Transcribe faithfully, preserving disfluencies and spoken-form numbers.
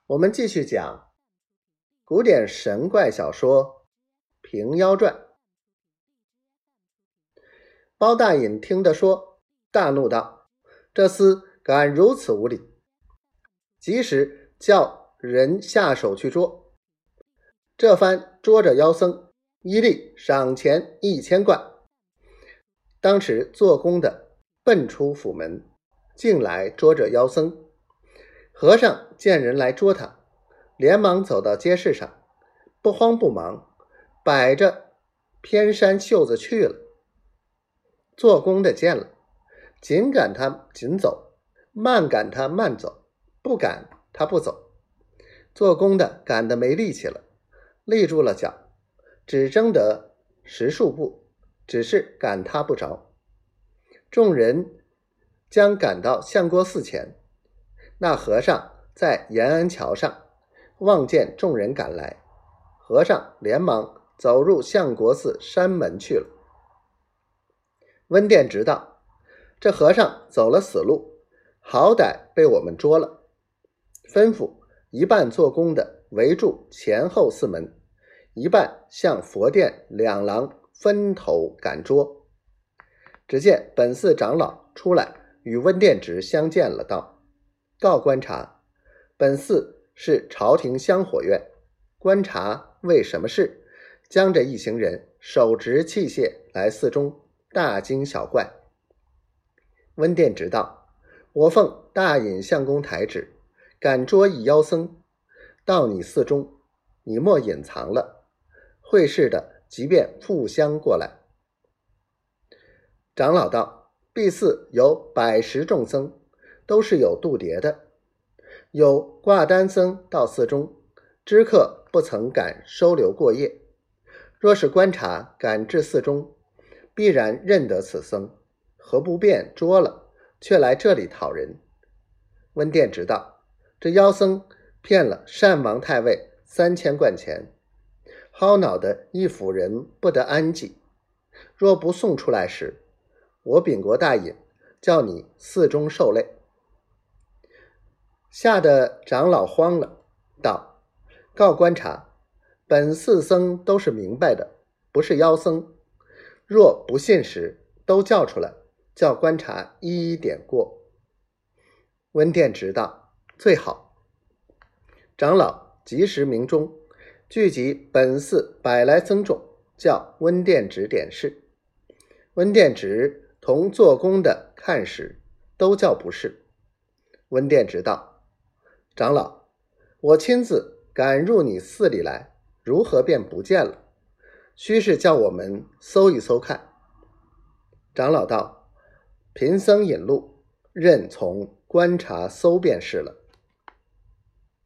我们继续讲古典神怪小说《平妖传》。包大隐听得说，大怒道：这厮敢如此无礼！即时叫人下手去捉。这番捉着妖僧，一律赏钱一千贯。当时做工的奔出府门，进来捉着妖僧。和尚见人来捉他，连忙走到街市上，不慌不忙，摆着偏衫袖子去了。做工的见了，紧赶他紧走，慢赶他慢走，不赶他不走。做工的赶得没力气了，立住了脚，只争得十数步，只是赶他不着。众人将赶到相国寺前，那和尚在延安桥上，望见众人赶来，和尚连忙走入相国寺山门去了。温殿直道：这和尚走了死路，好歹被我们捉了，吩咐一半做工的围住前后四门，一半向佛殿两廊分头赶捉。只见本寺长老出来与温殿直相见了，道：告观察，本寺是朝廷香火院，观察为什么事，将这一行人手执器械来寺中，大惊小怪。温殿直道：我奉大隐相公台旨，赶捉一妖僧，到你寺中，你莫隐藏了，会事的即便赴香过来。长老道：敝寺有百十众僧，都是有度牒的，有挂单僧到寺中，知客不曾敢收留过夜，若是观察赶至寺中，必然认得此僧，何不便捉了，却来这里讨人？温殿直道：这妖僧骗了单王太尉三千贯钱，薅恼的一府人不得安济，若不送出来时，我秉国大隐叫你寺中受累。吓得长老慌了，道：告观察，本寺僧都是明白的，不是妖僧，若不信时，都叫出来，叫观察一一点过。温殿直道：最好。长老及时鸣钟，聚集本寺百来僧众，叫温殿直点事。温殿直同做工的看时，都叫不是。温殿直道：长老，我亲自赶入你寺里来，如何便不见了？须是叫我们搜一搜看。长老道：贫僧引路，任从观察搜便是了。